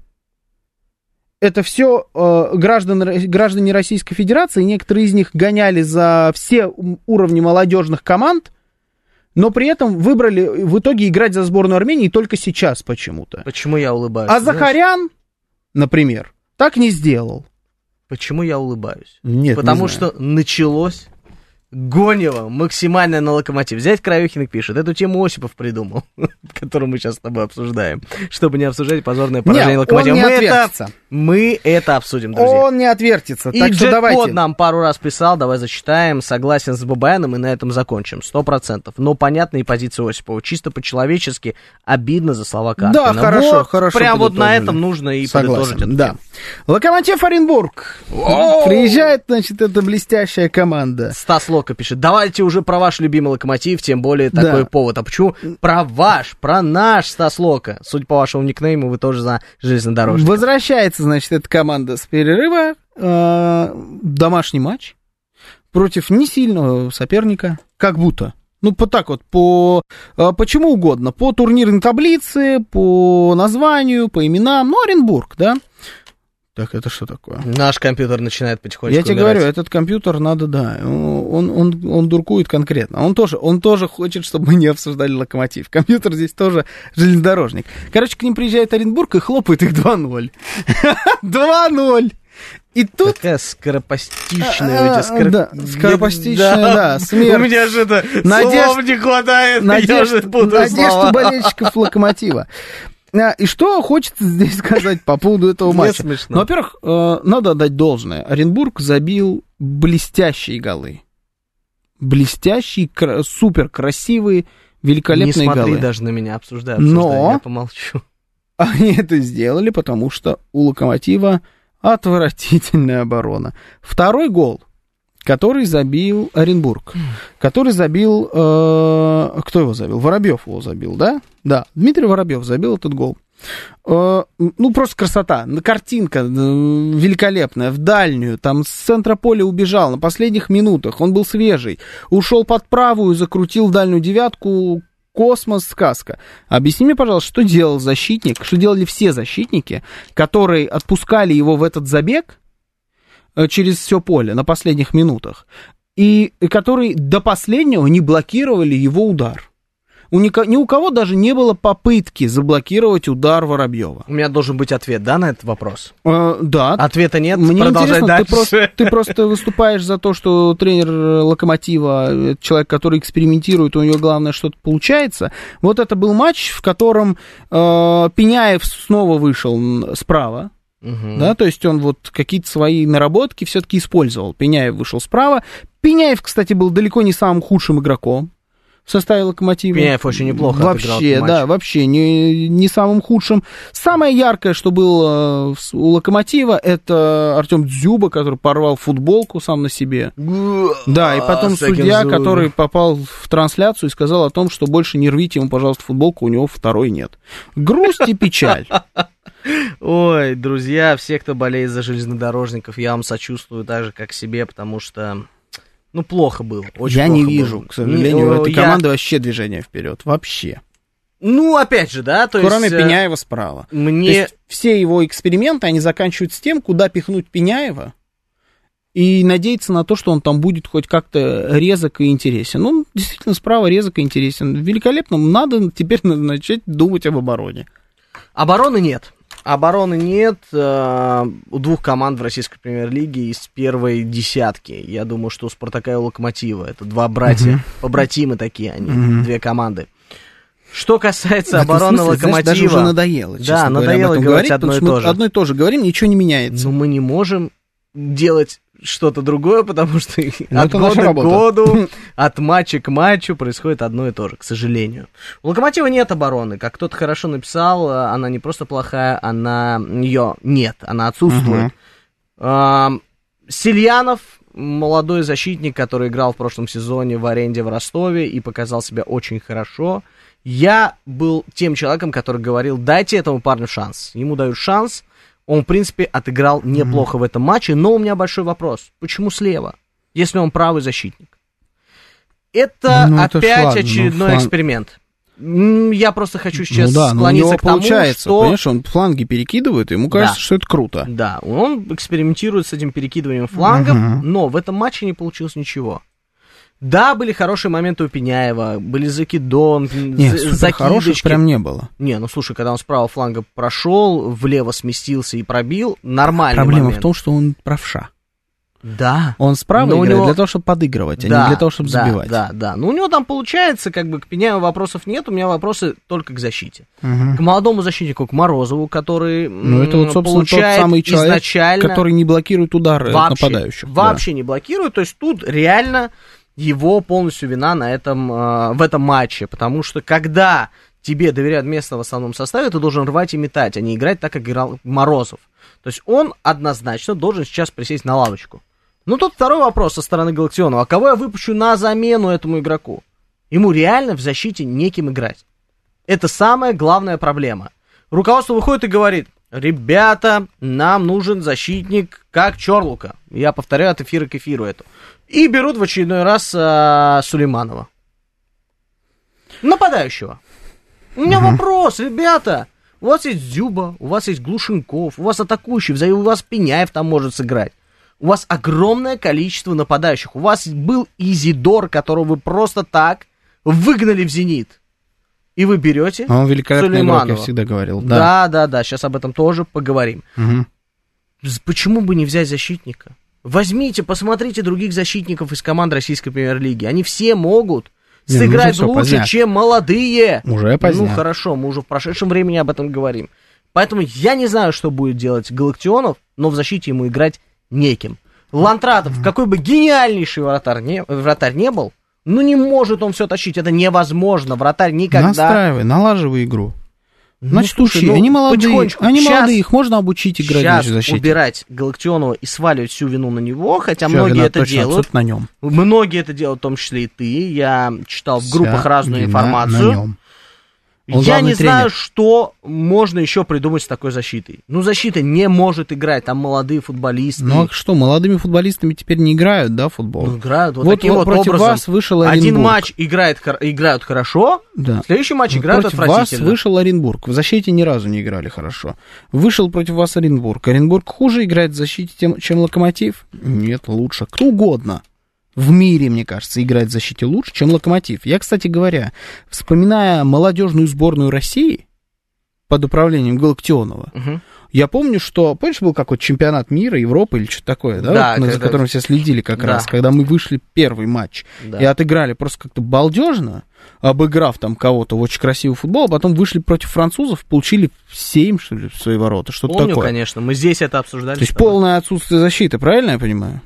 Это все э, граждан, граждане Российской Федерации. Некоторые из них гоняли за все уровни молодежных команд, но при этом выбрали в итоге играть за сборную Армении только сейчас почему-то. Почему я улыбаюсь? А Захарян, например, так не сделал. Почему я улыбаюсь? Нет, Потому не что началось гонево максимально на Локомотив. Взять Краюхин пишет. Эту тему Осипов придумал, которую мы сейчас с тобой обсуждаем. Чтобы не обсуждать позорное поражение Локомотива. Он не мы, отвертится. это, мы это обсудим, друзья. Он не отвертится. И так что давайте. Джекпот нам пару раз писал, давай зачитаем. Согласен с Бабаяном и на этом закончим. Сто процентов. Но понятна и позиция Осипова. Чисто по-человечески обидно за слова Карпина. Да, хорошо, вот, хорошо. Прям вот на этом нужно и Согласен, подытожить эту да. тему. Локомотив Оренбург. О-о-о! Приезжает, значит, эта блестящая команда. Стас Лока пишет. Давайте уже про ваш любимый Локомотив, тем более такой да. повод. А почему про ваш, про наш Стас Лока? Судя по вашему никнейму, вы тоже за железнодорожник. Возвращается, значит, эта команда с перерыва. Э, домашний матч против не сильного соперника. Как будто. Ну, по так вот, по, почему угодно. По турнирной таблице, по названию, по именам. Ну, Оренбург, да? Так, это что такое? Наш компьютер начинает потихонечку Я тебе умирать. говорю, этот компьютер надо, да, он, он, он дуркует конкретно. Он тоже, он тоже хочет, чтобы мы не обсуждали Локомотив. Компьютер здесь тоже железнодорожник. Короче, к ним приезжает Оренбург и хлопает их два ноль. два ноль. И тут... Такая скоропостичная у тебя. Скоро... Да, скоропостичная, да, да, смерть. У меня же это Надежд... слов не хватает. Надежд... Я же путаю Надежд слова. у болельщиков Локомотива. И что хочется здесь сказать по поводу этого матча? Ну, во-первых, надо отдать должное. Оренбург забил блестящие голы. Блестящие, супер красивые, великолепные голы. Не смотри голы. Даже на меня, обсуждай, обсуждай, Но я помолчу. Они это сделали, потому что у Локомотива отвратительная оборона. Второй гол, который забил Оренбург, который забил... Э, кто его забил? Воробьев его забил, да? Да, Дмитрий Воробьев забил этот гол. Э, ну, просто красота. Картинка э, великолепная, в дальнюю. Там с центра поля убежал на последних минутах. Он был свежий. Ушел под правую, закрутил в дальнюю девятку. Космос, сказка. Объясни мне, пожалуйста, что делал защитник, что делали все защитники, которые отпускали его в этот забег через все поле на последних минутах, и которые до последнего не блокировали его удар. У ни, ни у кого даже не было попытки заблокировать удар Воробьева. У меня должен быть ответ, да, на этот вопрос? Э, да. Ответа нет, Мне продолжай интересно, дальше. Ты просто, ты просто выступаешь за то, что тренер Локомотива, это человек, который экспериментирует, у него главное что-то получается. Вот это был матч, в котором э, Пеняев снова вышел справа. Угу. Да, то есть он вот какие-то свои наработки все-таки использовал. Пеняев вышел справа. Пеняев, кстати, был далеко не самым худшим игроком в составе Локомотива. Пеняев очень неплохо вообще, отыграл этот матч. Да, вообще не, не самым худшим. Самое яркое, что было у Локомотива, это Артем Дзюба, который порвал футболку сам на себе. Да, и потом судья, который попал в трансляцию и сказал о том, что больше не рвите ему, пожалуйста, футболку, у него второй нет. Грусть и печаль. Ой, друзья, все, кто болеет за железнодорожников, я вам сочувствую так же, как себе, потому что, ну, плохо было. Очень я плохо не вижу, было. к сожалению, не, у этой я... команды вообще движения вперед. Вообще. Ну, опять же, да, то Кроме есть... Пеняева справа. Мне... То есть все его эксперименты, они заканчиваются тем, куда пихнуть Пеняева и надеяться на то, что он там будет хоть как-то резок и интересен. Ну, действительно, справа резок и интересен. Великолепно. Надо теперь начать думать об обороне. Обороны нет. Обороны нет э, у двух команд в российской премьер-лиге из первой десятки. Я думаю, что у Спартака и у Локомотива. Это два братья, uh-huh. побратимы такие они, uh-huh. две команды. Что касается обороны смысле, Локомотива... Знаешь, даже уже надоело, честно да, говоря, надоело говорить, говорить одно и то то же. Одно и то же говорим, ничего не меняется. Но мы не можем делать что-то другое, потому что ну, от года к году, от матча к матчу происходит одно и то же, к сожалению. У Локомотива нет обороны. Как кто-то хорошо написал, она не просто плохая, она ее нет, она отсутствует. Uh-huh. Сильянов, молодой защитник, который играл в прошлом сезоне в аренде в Ростове и показал себя очень хорошо. Я был тем человеком, который говорил, дайте этому парню шанс. Ему дают шанс. Он, в принципе, отыграл неплохо mm-hmm. в этом матче, но у меня большой вопрос. Почему слева, если он правый защитник? Это ну, опять это шлаг, очередной ну, эксперимент. Я просто хочу сейчас ну, да, склониться к тому, получается, что... Понимаешь, он фланги перекидывает, ему кажется, да. что это круто. Да, он экспериментирует с этим перекидыванием флангов, mm-hmm. но в этом матче не получилось ничего. Да, были хорошие моменты у Пеняева, были закидон, Нет, закидочки. Хороших прям не было. Не, ну слушай, когда он с правого фланга прошел, влево сместился и пробил, нормальный Проблема момент. в том, что он правша. Да. Он справа играет него... для того, чтобы подыгрывать, да, а не для того, чтобы да, забивать. Да, да, ну у него там получается, как бы к Пеняеву вопросов нет, у меня вопросы только к защите. Угу. К молодому защитнику, к Морозову, который ну, это вот, собственно, получает тот самый человек, изначально... который не блокирует удары вообще, нападающих. Вообще да. не блокирует, то есть тут реально... его полностью вина на этом, э, в этом матче, потому что когда тебе доверяют место в основном составе, ты должен рвать и метать, а не играть так, как играл Морозов. То есть он однозначно должен сейчас присесть на лавочку. Ну, тут второй вопрос со стороны Галактионова. А кого я выпущу на замену этому игроку? Ему реально в защите неким играть. Это самая главная проблема. Руководство выходит и говорит, ребята, нам нужен защитник как Чорлука. Я повторяю от эфира к эфиру это. И берут в очередной раз а, Сулейманова. Нападающего. У меня uh-huh. вопрос, ребята. У вас есть Дзюба, у вас есть Глушенков, у вас атакующий, у вас Пеняев там может сыграть. У вас огромное количество нападающих. У вас был Изидор, которого вы просто так выгнали в «Зенит». И вы берете Он великолепный Сулейманова. игрок, я всегда говорил. Да. да, да, да, сейчас об этом тоже поговорим. Угу. Почему бы не взять защитника? Возьмите, посмотрите других защитников из команд российской премьер-лиги. Они все могут не, сыграть лучше, поздняк. чем молодые. Уже поздняк. Ну хорошо, мы уже в прошедшем времени об этом говорим. Поэтому я не знаю, что будет делать Галактионов, но в защите ему играть неким. Лантратов, какой бы гениальнейший вратарь не, вратарь не был, ну не может он все тащить, это невозможно. Вратарь никогда... Настраивай, налаживай игру. Значит, ну, слушай, учи, ну, они молодые, они сейчас, молодые, их можно обучить играть сейчас в защите. убирать Галактионова и сваливать всю вину на него, хотя Вся многие вина это точно делают. на нем. Многие это делают, в том числе и ты. Я читал в группах Вся разную вина информацию. На нем. Он Я не тренер. знаю, что можно еще придумать с такой защитой. Ну, защита не может играть, там молодые футболисты. Ну, а что, молодыми футболистами теперь не играют, да, в футбол? Ну, играют вот, вот таким вот против образом. вас вышел Оренбург. Один матч играет, играют хорошо, да. Следующий матч играют против отвратительно. Вас вышел Оренбург. В защите ни разу не играли хорошо. Вышел против вас Оренбург. Оренбург хуже играет в защите, чем Локомотив? Нет, лучше. Кто угодно. в мире, мне кажется, играет в защите лучше, чем Локомотив. Я, кстати говоря, вспоминая молодежную сборную России под управлением Галактионова, угу. я помню, что, помнишь, был какой-то чемпионат мира, Европы или что-то такое, да, да вот, когда... за которым все следили как да. раз, когда мы вышли первый матч да. и отыграли просто как-то балдежно, обыграв там кого-то в очень красивый футбол, а потом вышли против французов, получили семь, что ли, в свои ворота, что-то Помню, такое. конечно, мы здесь это обсуждали. То есть полное отсутствие защиты, правильно я понимаю?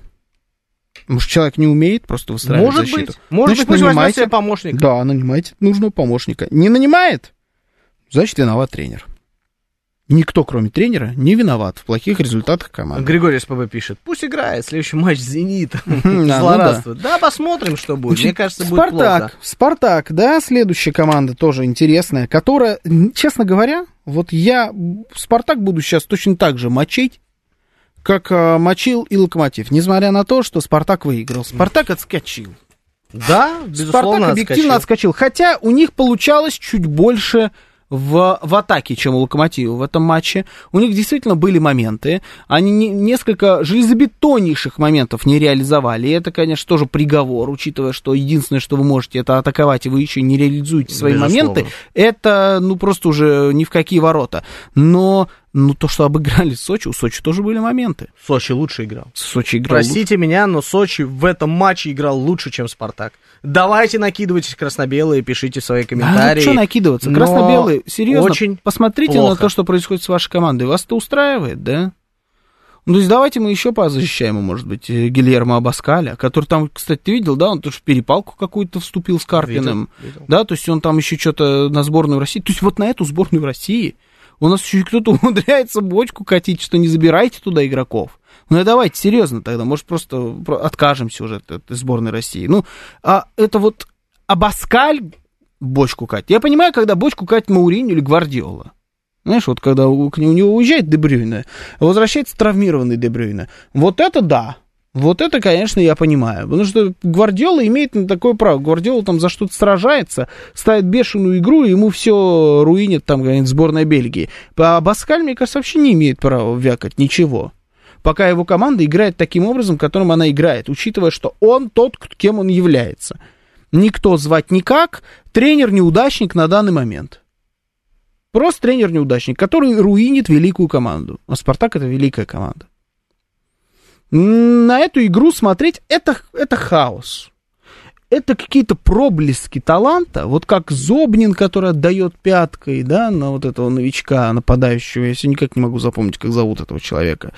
Может, человек не умеет просто выстраивать Может защиту? Быть. Может Значит, быть, нанимайте себе помощника. Да, нанимайте нужного помощника. Не нанимает? Значит, виноват тренер. Никто, кроме тренера, не виноват в плохих результатах команды. Григорий СПБ пишет, пусть играет, следующий матч «Зенит». Злорадствует. Да, посмотрим, что будет. Мне кажется, будет плохо. Спартак, да, следующая команда тоже интересная, которая, честно говоря, вот я Спартак буду сейчас точно так же мочить, как мочил и Локомотив, несмотря на то, что Спартак выиграл. Спартак отскочил. Да, безусловно, Спартак объективно отскочил. Хотя у них получалось чуть больше в, в атаке, чем у Локомотива в этом матче. У них действительно были моменты. Они не, несколько железобетоннейших моментов не реализовали. И это, конечно, тоже приговор, учитывая, что единственное, что вы можете, это атаковать, и вы еще не реализуете свои безусловно. Моменты. Это, ну, просто уже ни в какие ворота. Но... Ну, то, что обыграли Сочи, у Сочи тоже были моменты. Сочи лучше играл. Сочи играл Простите лучше. меня, но Сочи в этом матче играл лучше, чем Спартак. Давайте накидывайтесь красно-белые, пишите свои комментарии. А ну, что накидываться? Красно-белые, серьезно, очень посмотрите плохо. на то, что происходит с вашей командой. Вас это устраивает, да? Ну, то есть давайте мы еще позащищаем, может быть, Гильермо Абаскаля, который там, кстати, ты видел, да, он тоже в перепалку какую-то вступил с Карпиным. Видел, видел. Да, то есть он там еще что-то на сборную России. То есть вот на эту сборную России... У нас еще кто-то умудряется бочку катить, что не забирайте туда игроков. Ну, давайте, серьезно тогда, может, просто откажемся уже от этой сборной России. Ну, а это вот Абаскаль бочку катит. Я понимаю, когда бочку катит Мауриньо или Гвардиола. Знаешь, вот когда у, у него уезжает Де Брюйне, возвращается травмированный Де Брюйне. Вот это да. Вот это, конечно, я понимаю. Потому что Гвардиола имеет на такое право. Гвардиола там за что-то сражается, ставит бешеную игру, и ему все руинит там, говорит, сборная Бельгии. А Абаскаль, мне кажется, вообще не имеет права вякать ничего. Пока его команда играет таким образом, которым она играет, учитывая, что он тот, кем он является. Никто звать никак, тренер-неудачник на данный момент. Просто тренер-неудачник, который руинит великую команду. А Спартак — это великая команда. На эту игру смотреть, это, это хаос. Это какие-то проблески таланта, вот как Зобнин, который отдает пяткой, да, на вот этого новичка, нападающего. Я все никак не могу запомнить, как зовут этого человека.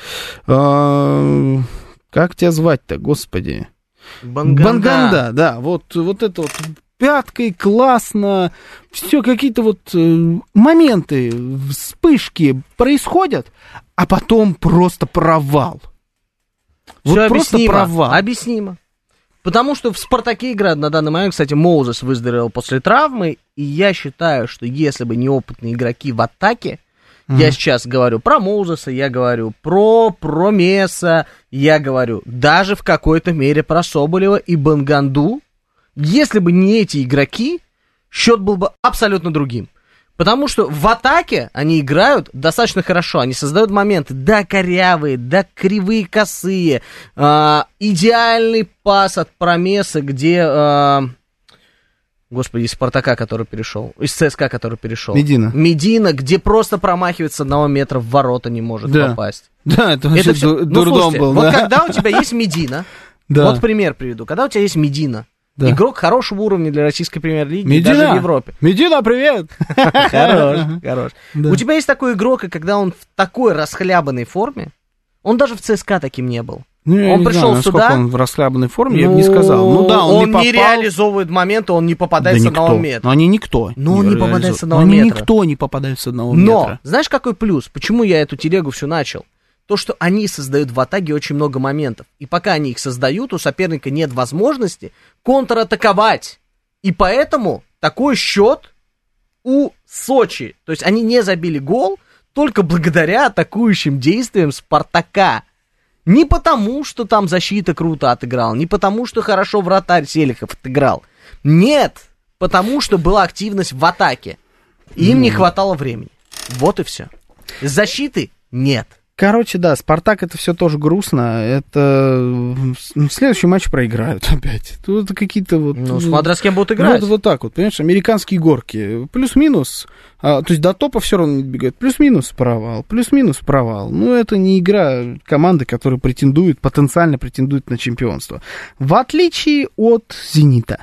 А, как тебя звать-то, господи? Банганда. Банганда, да, вот, вот это вот пяткой, классно, все какие-то вот э, моменты, вспышки происходят, а потом просто провал. Все вот объяснимо, просто провал. Объяснимо. Потому что в «Спартаке» играет на данный момент, кстати, Моузес выздоровел после травмы, и я считаю, что если бы неопытные игроки в атаке, mm-hmm. я сейчас говорю про Моузеса, я говорю про, про Месса, я говорю даже в какой-то мере про Соболева и Банганду, если бы не эти игроки, счет был бы абсолютно другим. Потому что в атаке они играют достаточно хорошо, они создают моменты, да, корявые, да, кривые, косые, э, идеальный пас от Промеса, где, э, господи, из Спартака, который перешел, из ЦСКА, который перешел. Медина. Медина, где просто промахивается с одного метра в ворота, не может да. попасть. Да, это вообще все... ду- ну, дурдом слушайте, был. Вот да. когда у тебя есть Медина, да. вот пример приведу, когда у тебя есть Медина, да. игрок хорошего уровня для российской премьер-лиги, Медина. даже в Европе. Медина, привет! Хорош, хорош. Да. У тебя есть такой игрок, и когда он в такой расхлябанной форме, он даже в ЦСКА таким не был. Ну, я он не пришел знаю, сюда. Он в расхлябанной форме, ну, я бы не сказал. Ну да, он, он не попал. не реализовывает моменты, он не попадает да с никто. одного метра. Но они никто. Но он не попадает с одного Но метра. никто не попадает с одного Но, метра. знаешь, какой плюс? Почему я эту телегу всю начал? То, что они создают в атаке очень много моментов. И пока они их создают, у соперника нет возможности контратаковать. И поэтому такой счет у Сочи. То есть они не забили гол только благодаря атакующим действиям Спартака. Не потому, что там защита круто отыграла, не потому, что хорошо вратарь Селихов отыграл. Нет, потому что была активность в атаке. Им mm. не хватало времени. Вот и все. Защиты нет. Короче, да, Спартак это все тоже грустно. Это следующий матч проиграют опять. Тут какие-то вот... Ну, смотря с кем будут играть. Вот, вот так вот, понимаешь, американские горки. Плюс-минус. А, то есть до топа все равно не добегают. Плюс-минус провал. Плюс-минус провал. Ну, это не игра команды, которая претендует, потенциально претендует на чемпионство. В отличие от «Зенита».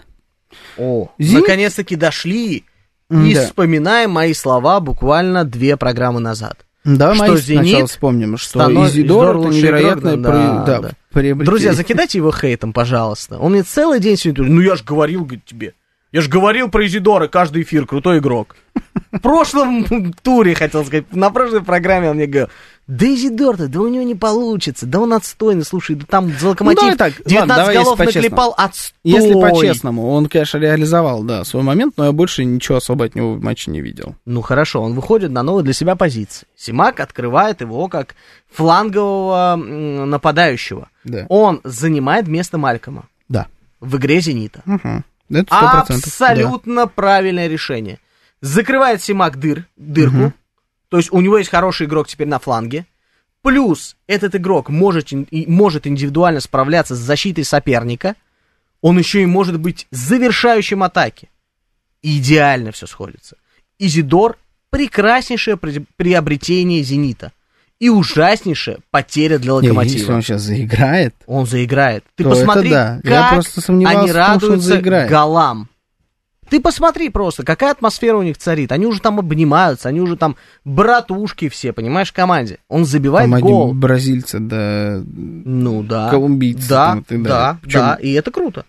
О, «Зенит» наконец-таки дошли и да. вспоминаем мои слова буквально две программы назад. Да, что мы «Зенит» сначала вспомним, что станов... Изидор это лучший невероятное игрок, да, про... да, да. приобретение. Друзья, закидайте его хейтом, пожалуйста. Он мне целый день сегодня говорит, ну я же говорил говорит, тебе, я же говорил про Изидора, каждый эфир, крутой игрок. В прошлом туре, хотел сказать, на прошлой программе он мне говорил, да Изидор-то, да у него не получится, да он отстойный, слушай, да там за Локомотив ну, так, девятнадцать ладно, голов если наклепал, отстой. Если по-честному, он, конечно, реализовал, да, свой момент, но я больше ничего особо от него в матче не видел. Ну хорошо, он выходит на новые для себя позиции. Симак открывает его как флангового м, нападающего. Да. Он занимает место Малькома Да. в игре «Зенита». Угу. Это сто процентов. Абсолютно да. правильное решение. Закрывает Симак дыр, дырку, угу. то есть у него есть хороший игрок теперь на фланге, плюс этот игрок может, может индивидуально справляться с защитой соперника, он еще и может быть завершающим атаки. Идеально все сходится. Изидор — прекраснейшее приобретение «Зенита». И ужаснейшая потеря для «Локомотива». Не, если он сейчас заиграет... Он заиграет. Ты то посмотри, да. как они радуются том, голам. Ты посмотри просто, какая атмосфера у них царит. Они уже там обнимаются, они уже там братушки все, понимаешь, в команде. Он забивает там гол. Бразильцы, да, ну, да, колумбийцы. Да, там, и так да, да, и это круто.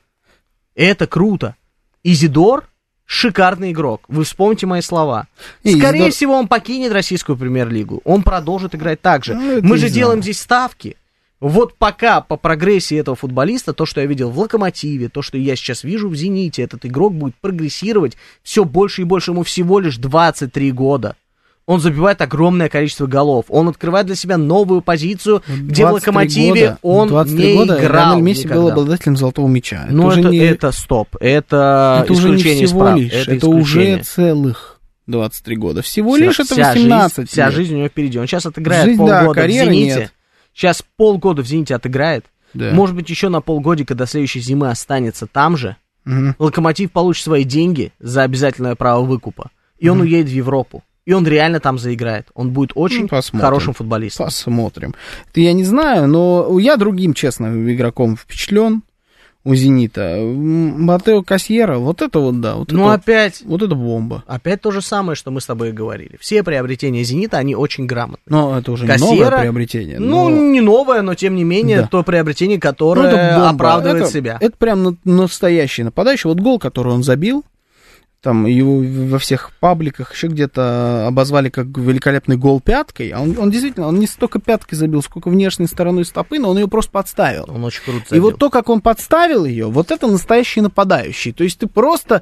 Это круто. Изидор — шикарный игрок. Вы вспомните мои слова. И Скорее Изидор... всего, он покинет российскую премьер-лигу. Он продолжит играть так же. Ну, Мы же делаем здесь ставки. Вот пока по прогрессии этого футболиста, то, что я видел в «Локомотиве», то, что я сейчас вижу в «Зените», этот игрок будет прогрессировать все больше и больше. Ему всего лишь двадцать три года. Он забивает огромное количество голов. Он открывает для себя новую позицию, где в «Локомотиве» года, он не года играл Месси никогда. был обладателем золотого мяча. Ну, это, это, не... это стоп. Это, это исключение уже не всего справ. лишь. Это, это уже целых двадцать три года. Всего вся, лишь это вся восемнадцать жизнь, вся лет. жизнь у него впереди. Он сейчас отыграет Жизнь, полгода да, в «Зените». нет. Сейчас полгода в «Зените» отыграет. Да. Может быть, еще на полгодика до следующей зимы останется там же. Угу. «Локомотив» получит свои деньги за обязательное право выкупа. И он угу. уедет в Европу. И он реально там заиграет. Он будет очень ну, хорошим футболистом. Посмотрим. Это я не знаю, но я другим, честно, игроком впечатлен. У «Зенита». Матео Кассьера, вот это вот, да. Вот ну, это, опять... Вот это бомба. Опять то же самое, что мы с тобой и говорили. Все приобретения «Зенита», они очень грамотные. Но это уже Кассьера, не новое приобретение. Ну, но... не новое, но тем не менее, да. то приобретение, которое ну, это оправдывает это, себя. Это прям настоящий нападающий. Вот гол, который он забил, там его во всех пабликах еще где-то обозвали как великолепный гол пяткой. А он, он действительно, он не столько пяткой забил, сколько внешней стороной стопы, но он ее просто подставил. Он очень круто забил. И вот то, как он подставил ее, вот это настоящий нападающий. То есть ты просто,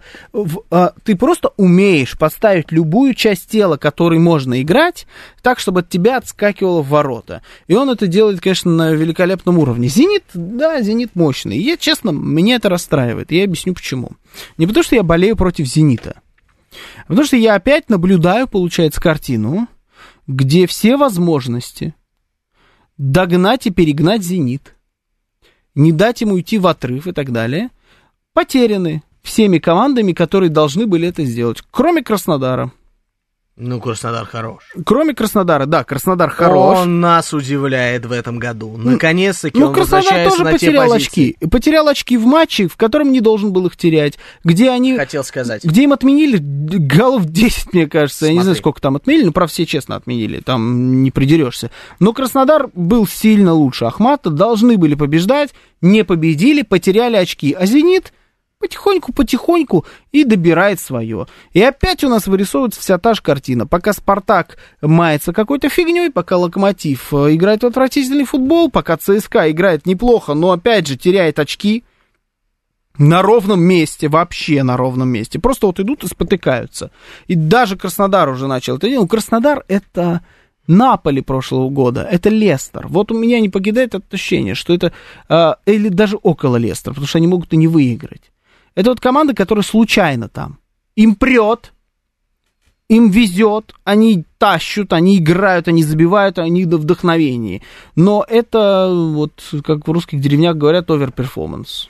ты просто умеешь подставить любую часть тела, которой можно играть, так, чтобы от тебя отскакивало в ворота. И он это делает, конечно, на великолепном уровне. «Зенит», да, «Зенит» мощный. И я, честно, меня это расстраивает. И я объясню, почему. Не потому, что я болею против «Зенита», а потому что я опять наблюдаю, получается, картину, где все возможности догнать и перегнать «Зенит», не дать ему уйти в отрыв и так далее, потеряны всеми командами, которые должны были это сделать, кроме Краснодара. Ну, Краснодар хорош. Кроме Краснодара, да, Краснодар хорош. Он нас удивляет в этом году. Наконец-таки ну, он Краснодар возвращается тоже на те потерял позиции. очки. Потерял очки в матче, в котором не должен был их терять. Где они... Хотел сказать. Где им отменили голов десять, мне кажется. Смотри. Я не знаю, сколько там отменили, но, правда, все честно отменили. Там не придерешься. Но Краснодар был сильно лучше Ахмата. Должны были побеждать. Не победили, потеряли очки. А «Зенит» потихоньку-потихоньку и добирает свое. И опять у нас вырисовывается вся та же картина. Пока «Спартак» мается какой-то фигней, пока «Локомотив» играет в отвратительный футбол, пока «ЦСКА» играет неплохо, но опять же теряет очки на ровном месте, вообще на ровном месте. Просто вот идут и спотыкаются. И даже Краснодар уже начал это делать. Краснодар — это Наполи прошлого года, это Лестер. Вот у меня не покидает это ощущение, что это... Э, или даже около Лестера, потому что они могут и не выиграть. Это вот команда, которая случайно там. Им прет, им везет, они тащут, они играют, они забивают, они до вдохновения. Но это, вот, как в русских деревнях говорят, оверперформанс.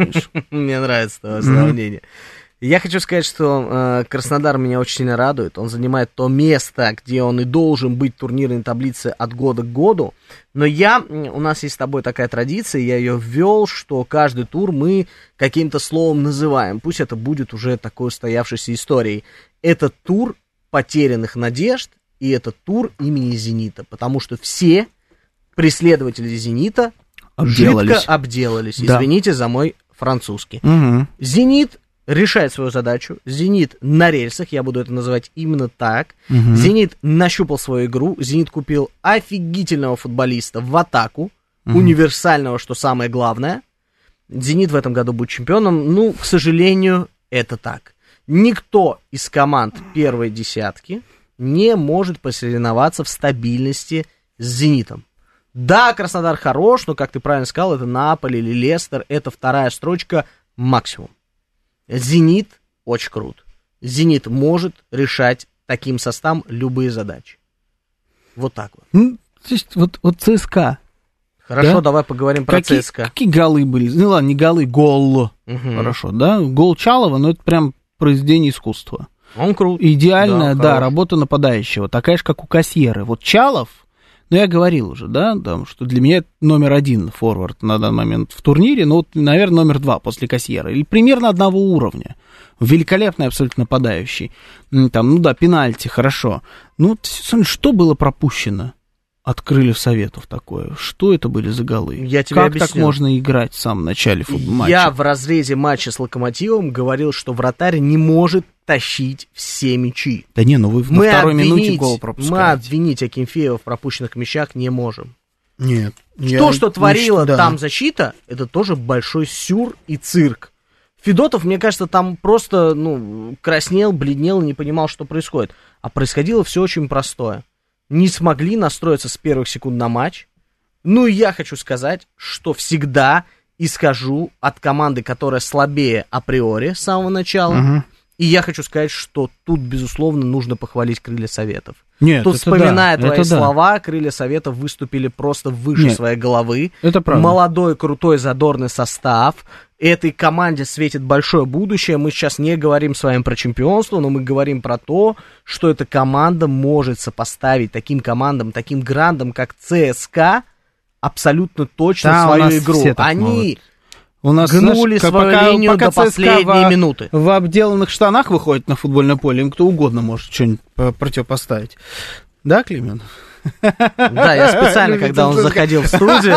Мне нравится твое сравнение. Я хочу сказать, что э, Краснодар меня очень сильно радует. Он занимает то место, где он и должен быть в турнирной таблице от года к году. Но я, у нас есть с тобой такая традиция, я ее ввел, что каждый тур мы каким-то словом называем. Пусть это будет уже такой устоявшейся историей. Это тур потерянных надежд, и это тур имени «Зенита». Потому что все преследователи «Зенита» обделались. жидко обделались. Да. Извините за мой французский. Угу. «Зенит» решает свою задачу. «Зенит» на рельсах, я буду это называть именно так. Угу. «Зенит» нащупал свою игру. «Зенит» купил офигительного футболиста в атаку, угу. универсального, что самое главное. «Зенит» в этом году будет чемпионом. Ну, к сожалению, это так. Никто из команд первой десятки не может посоревноваться в стабильности с «Зенитом». Да, Краснодар хорош, но, как ты правильно сказал, это Наполе или Лестер, это вторая строчка максимум. «Зенит» очень крут. «Зенит» может решать таким составом любые задачи. Вот так вот. Ну, то есть, вот, вот ЦСКА. Хорошо, да? давай поговорим про какие, ЦСКА. Какие голы были? Ну ладно, не голы, гол. Угу. Хорошо, да? Гол Чалова, но это прям произведение искусства. Он крут. Идеальная, да, да, работа нападающего. Такая же, как у Кассьеры. Вот Чалов, ну я говорил уже, да, там, что для меня это номер один форвард на данный момент в турнире, ну, вот, наверное, номер два после Кассьера. Или примерно одного уровня. Великолепный абсолютно нападающий. Там, ну да, пенальти, хорошо. Ну, что было пропущено от крыльев Советов такое? Что это были за голы? Я тебе как объясню. Так можно играть в самом начале футбола? Я в разрезе матча с Локомотивом говорил, что вратарь не может тащить все мячи. Да не, ну вы мы на второй обвинить, минуте гол пропускаете. Мы обвинить Акинфеева в пропущенных мячах не можем. Нет. То, я... что творила ну, да. там защита, это тоже большой сюр и цирк. Федотов, мне кажется, там просто ну, краснел, бледнел и не понимал, что происходит. А происходило все очень простое. Не смогли настроиться с первых секунд на матч. Ну и я хочу сказать, что всегда исхожу от команды, которая слабее априори с самого начала. Угу. И я хочу сказать, что тут, безусловно, нужно похвалить крылья Советов. Нет, Тут, это вспоминая да, твои это слова, да. крылья Советов выступили просто выше Нет, своей головы. Это правда. Молодой, крутой, задорный состав. Этой команде светит большое будущее. Мы сейчас не говорим с вами про чемпионство, но мы говорим про то, что эта команда может сопоставить таким командам, таким грандам, как ЦСКА, абсолютно точно да, свою игру. Они... Могут. У нас, гнули знаешь, свою пока, линию пока до последней в, минуты. В обделанных штанах выходит на футбольное поле, им кто угодно может что-нибудь противопоставить. Да, Климен? Да, я специально, когда он заходил в студию,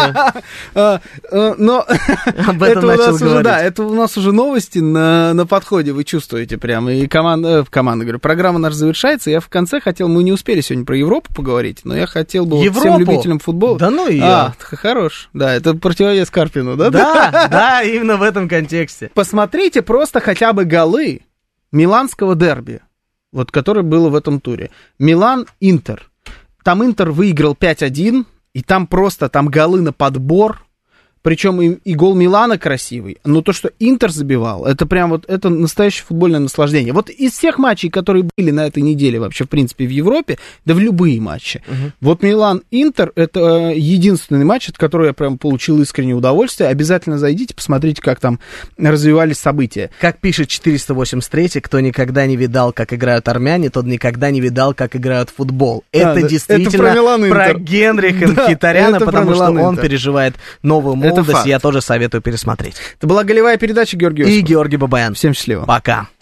но об этом это начал у нас говорить. Уже, да, это у нас уже новости на, на подходе, вы чувствуете прямо. И команда, команда, говорю, программа наша завершается. Я в конце хотел, мы не успели сегодня про Европу поговорить, но я хотел бы вот всем любителям футбола. Да ну ее. А, хорош. Да, это противовес Карпину, да? Да, да, именно в этом контексте. Посмотрите просто хотя бы голы миланского дерби, вот, которое было в этом туре. Милан-Интер. Там Интер выиграл пять один, и там просто там голы на подбор. Причем и, и гол Милана красивый. Но то, что Интер забивал, это прям вот, это настоящее футбольное наслаждение. Вот из всех матчей, которые были на этой неделе вообще, в принципе, в Европе, да в любые матчи. Uh-huh. Вот Милан-Интер, это единственный матч, от которого я прям получил искреннее удовольствие. Обязательно зайдите, посмотрите, как там развивались события. Как пишет четыреста восемьдесят три, кто никогда не видал, как играют армяне, тот никогда не видал, как играют в футбол. А, это да, действительно это про, про Генриха Мхитаряна, да, потому что он Интер. переживает новую молодость. Я тоже советую пересмотреть. Это была голевая передача, Георгий И Георгий Бабаян. Всем счастливо. Пока.